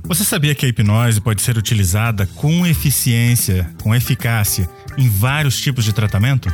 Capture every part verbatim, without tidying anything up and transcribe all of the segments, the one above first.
Você sabia que a hipnose pode ser utilizada com eficiência, com eficácia, em vários tipos de tratamento?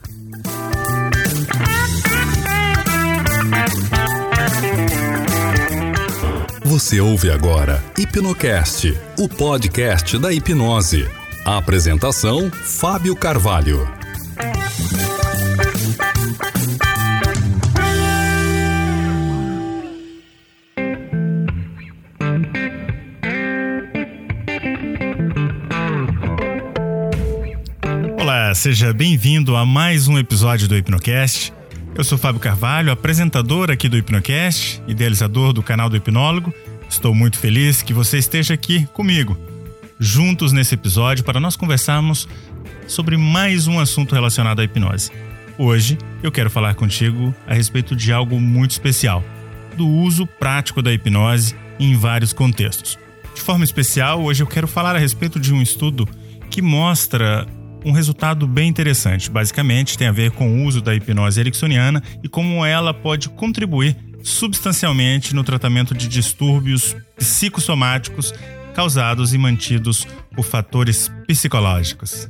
Você ouve agora Hipnocast, o podcast da hipnose. A apresentação, Fábio Carvalho. Olá, seja bem-vindo a mais um episódio do Hipnocast. Eu sou Fábio Carvalho, apresentador aqui do Hipnocast, idealizador do canal do Hipnólogo. Estou muito feliz que você esteja aqui comigo, juntos nesse episódio, para nós conversarmos sobre mais um assunto relacionado à hipnose. Hoje eu quero falar contigo a respeito de algo muito especial, do uso prático da hipnose em vários contextos. De forma especial, hoje eu quero falar a respeito de um estudo que mostra um resultado bem interessante. Basicamente, tem a ver com o uso da hipnose ericksoniana e como ela pode contribuir substancialmente no tratamento de distúrbios psicossomáticos causados e mantidos por fatores psicológicos.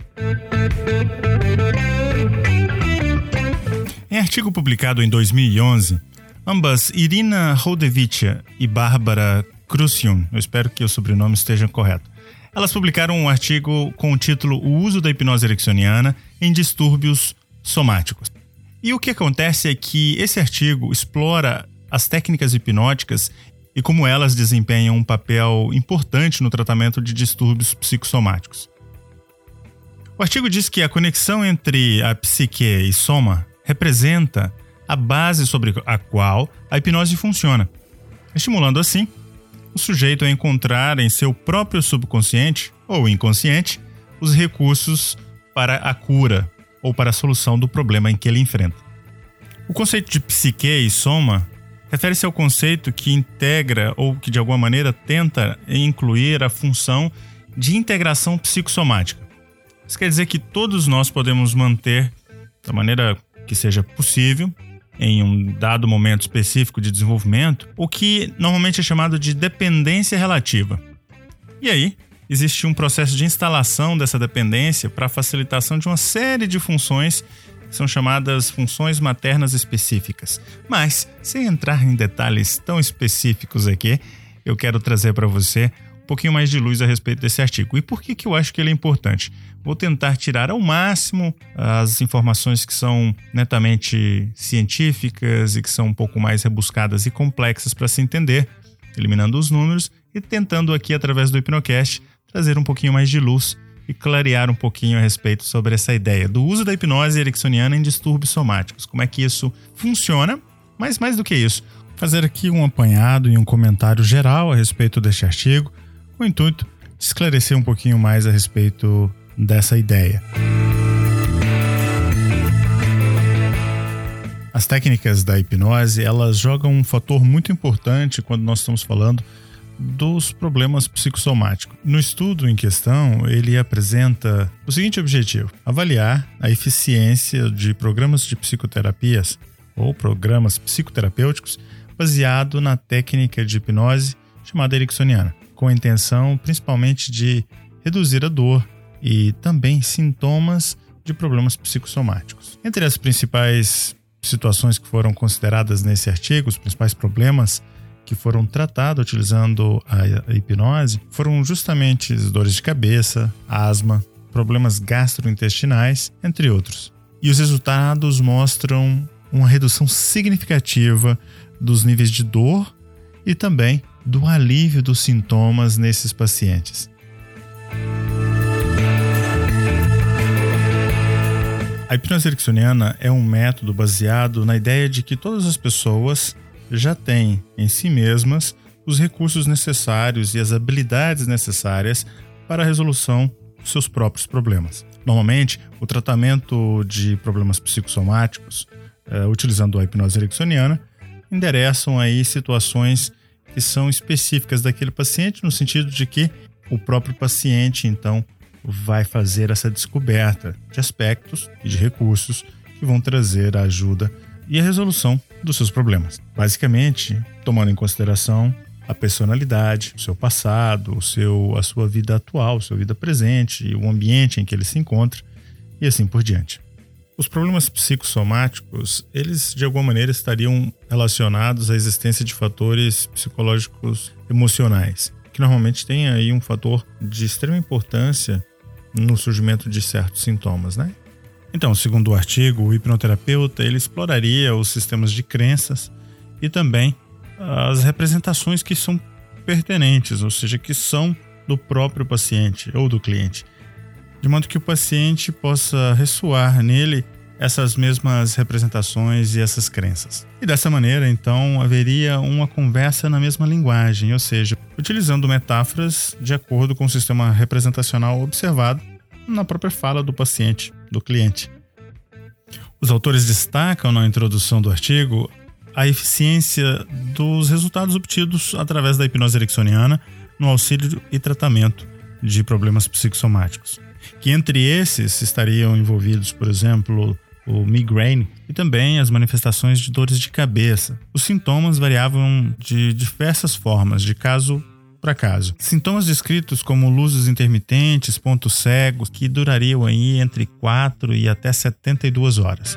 Em artigo publicado em dois mil e onze, ambas Irina Hodevicha e Bárbara Krusiun, eu espero que o sobrenome esteja correto, elas publicaram um artigo com o título O uso da hipnose ericksoniana em distúrbios somáticos. E o que acontece é que esse artigo explora as técnicas hipnóticas e como elas desempenham um papel importante no tratamento de distúrbios psicossomáticos. O artigo diz que a conexão entre a psique e soma representa a base sobre a qual a hipnose funciona, estimulando assim o sujeito a encontrar em seu próprio subconsciente ou inconsciente os recursos para a cura ou para a solução do problema em que ele enfrenta. O conceito de psique e soma refere-se ao conceito que integra ou que de alguma maneira tenta incluir a função de integração psicossomática. Isso quer dizer que todos nós podemos manter, da maneira que seja possível, em um dado momento específico de desenvolvimento, o que normalmente é chamado de dependência relativa. E aí, existe um processo de instalação dessa dependência para a facilitação de uma série de funções que são chamadas funções maternas específicas. Mas, sem entrar em detalhes tão específicos aqui, eu quero trazer para você um pouquinho mais de luz a respeito desse artigo. E por que que eu acho que ele é importante? Vou tentar tirar ao máximo as informações que são netamente científicas e que são um pouco mais rebuscadas e complexas para se entender, eliminando os números e tentando aqui, através do Hipnocast, trazer um pouquinho mais de luz e clarear um pouquinho a respeito sobre essa ideia do uso da hipnose ericksoniana em distúrbios somáticos. Como é que isso funciona? Mas mais do que isso, fazer aqui um apanhado e um comentário geral a respeito deste artigo, com o intuito de esclarecer um pouquinho mais a respeito dessa ideia. As técnicas da hipnose, elas jogam um fator muito importante quando nós estamos falando dos problemas psicossomáticos. No estudo em questão, ele apresenta o seguinte objetivo: avaliar a eficiência de programas de psicoterapias ou programas psicoterapêuticos baseado na técnica de hipnose chamada ericksoniana, com a intenção principalmente de reduzir a dor e também sintomas de problemas psicossomáticos. Entre as principais situações que foram consideradas nesse artigo, os principais problemas que foram tratados utilizando a hipnose foram justamente as dores de cabeça, asma, problemas gastrointestinais, entre outros. E os resultados mostram uma redução significativa dos níveis de dor e também do alívio dos sintomas nesses pacientes. A hipnose ericksoniana é um método baseado na ideia de que todas as pessoas já têm em si mesmas os recursos necessários e as habilidades necessárias para a resolução dos seus próprios problemas. Normalmente, o tratamento de problemas psicossomáticos, uh, utilizando a hipnose ericksoniana, endereçam aí situações que são específicas daquele paciente, no sentido de que o próprio paciente, então, vai fazer essa descoberta de aspectos e de recursos que vão trazer a ajuda e a resolução dos seus problemas. Basicamente, tomando em consideração a personalidade, o seu passado, o seu, a sua vida atual, a sua vida presente, o ambiente em que ele se encontra e assim por diante. Os problemas psicossomáticos, eles de alguma maneira estariam relacionados à existência de fatores psicológicos emocionais, que normalmente tem aí um fator de extrema importância no surgimento de certos sintomas, né? Então, segundo o artigo, o hipnoterapeuta ele exploraria os sistemas de crenças e também as representações que são pertinentes, ou seja, que são do próprio paciente ou do cliente, de modo que o paciente possa ressoar nele essas mesmas representações e essas crenças. E dessa maneira, então, haveria uma conversa na mesma linguagem, ou seja, utilizando metáforas de acordo com o sistema representacional observado na própria fala do paciente, do cliente. Os autores destacam na introdução do artigo a eficiência dos resultados obtidos através da hipnose ericksoniana no auxílio e tratamento de problemas psicossomáticos, que entre esses estariam envolvidos, por exemplo, o migraine e também as manifestações de dores de cabeça. Os sintomas variavam de diversas formas, de caso para caso. Sintomas descritos como luzes intermitentes, pontos cegos, que durariam aí entre quatro e até setenta e duas horas.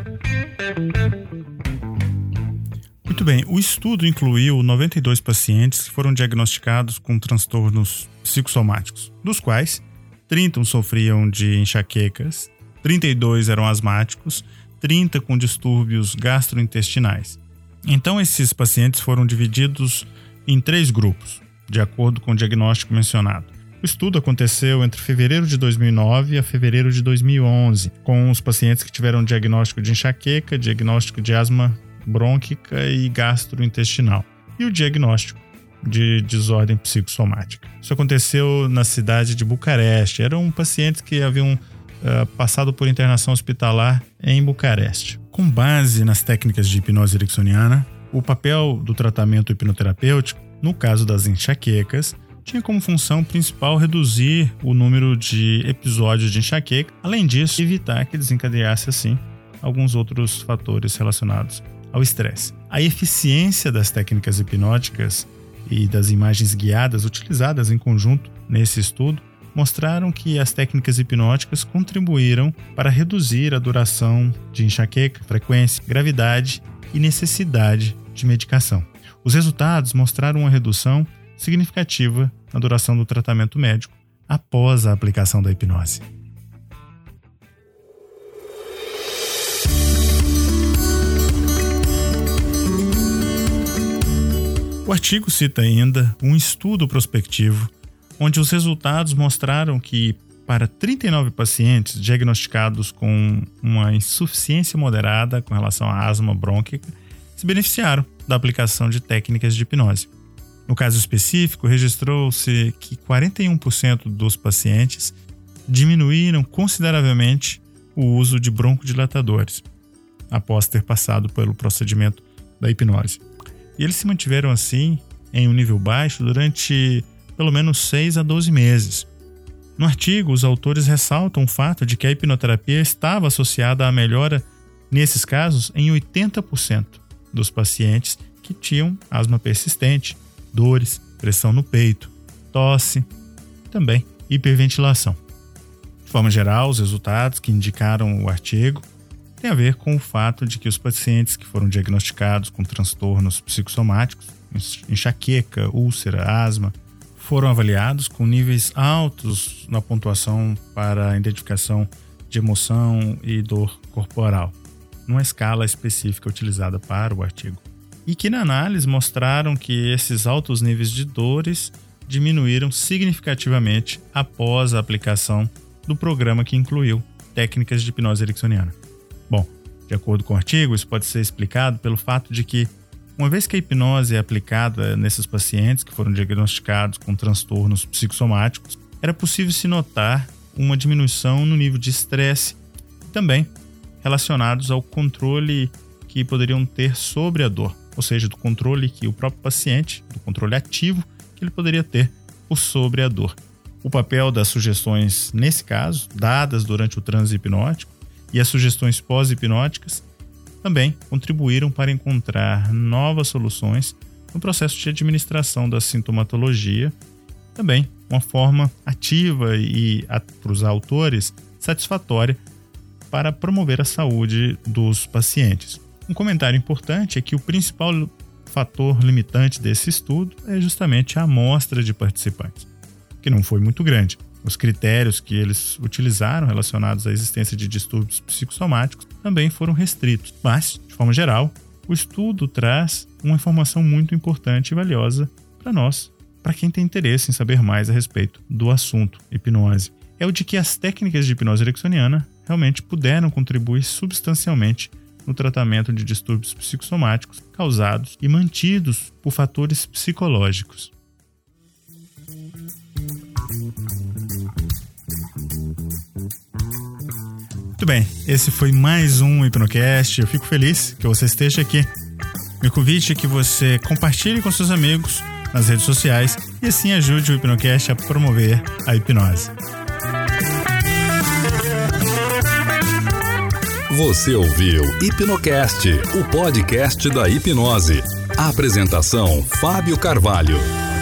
Muito bem, o estudo incluiu noventa e dois pacientes que foram diagnosticados com transtornos psicossomáticos, dos quais trinta sofriam de enxaquecas, trinta e dois eram asmáticos, trinta com distúrbios gastrointestinais. Então, esses pacientes foram divididos em três grupos, de acordo com o diagnóstico mencionado. O estudo aconteceu entre fevereiro de dois mil e nove a fevereiro de dois mil e onze, com os pacientes que tiveram diagnóstico de enxaqueca, diagnóstico de asma brônquica e gastrointestinal, e o diagnóstico de desordem psicossomática. Isso aconteceu na cidade de Bucareste. Eram pacientes que haviam uh, passado por internação hospitalar em Bucareste. Com base nas técnicas de hipnose ericksoniana, o papel do tratamento hipnoterapêutico, no caso das enxaquecas, tinha como função principal reduzir o número de episódios de enxaqueca, além disso, evitar que desencadeasse assim alguns outros fatores relacionados ao estresse. A eficiência das técnicas hipnóticas e das imagens guiadas utilizadas em conjunto nesse estudo mostraram que as técnicas hipnóticas contribuíram para reduzir a duração de enxaqueca, frequência, gravidade e necessidade de medicação. Os resultados mostraram uma redução significativa na duração do tratamento médico após a aplicação da hipnose. O artigo cita ainda um estudo prospectivo onde os resultados mostraram que, para trinta e nove pacientes diagnosticados com uma insuficiência moderada com relação à asma brônquica, se beneficiaram da aplicação de técnicas de hipnose. No caso específico, registrou-se que quarenta e um por cento dos pacientes diminuíram consideravelmente o uso de broncodilatadores após ter passado pelo procedimento da hipnose. E eles se mantiveram assim em um nível baixo durante pelo menos seis a doze meses. No artigo, os autores ressaltam o fato de que a hipnoterapia estava associada à melhora, nesses casos, em oitenta por cento dos pacientes que tinham asma persistente, dores, pressão no peito, tosse, também hiperventilação. De forma geral, os resultados que indicaram o artigo têm a ver com o fato de que os pacientes que foram diagnosticados com transtornos psicossomáticos, enxaqueca, úlcera, asma, foram avaliados com níveis altos na pontuação para a identificação de emoção e dor corporal, numa escala específica utilizada para o artigo. E que na análise mostraram que esses altos níveis de dores diminuíram significativamente após a aplicação do programa que incluiu técnicas de hipnose ericksoniana. Bom, de acordo com o artigo, isso pode ser explicado pelo fato de que, uma vez que a hipnose é aplicada nesses pacientes que foram diagnosticados com transtornos psicossomáticos, era possível se notar uma diminuição no nível de estresse, também relacionados ao controle que poderiam ter sobre a dor, ou seja, do controle que o próprio paciente, do controle ativo que ele poderia ter por sobre a dor. O papel das sugestões, nesse caso, dadas durante o transe hipnótico, e as sugestões pós-hipnóticas também contribuíram para encontrar novas soluções no processo de administração da sintomatologia, também uma forma ativa e, para os autores, satisfatória para promover a saúde dos pacientes. Um comentário importante é que o principal fator limitante desse estudo é justamente a amostra de participantes, que não foi muito grande. Os critérios que eles utilizaram relacionados à existência de distúrbios psicossomáticos também foram restritos, mas, de forma geral, o estudo traz uma informação muito importante e valiosa para nós, para quem tem interesse em saber mais a respeito do assunto hipnose. É o de que as técnicas de hipnose ericksoniana realmente puderam contribuir substancialmente no tratamento de distúrbios psicossomáticos causados e mantidos por fatores psicológicos. Muito bem, esse foi mais um Hipnocast. Eu fico feliz que você esteja aqui. Meu convite é que você compartilhe com seus amigos nas redes sociais e assim ajude o Hipnocast a promover a hipnose. Você ouviu Hipnocast, o podcast da hipnose. A apresentação: Fábio Carvalho.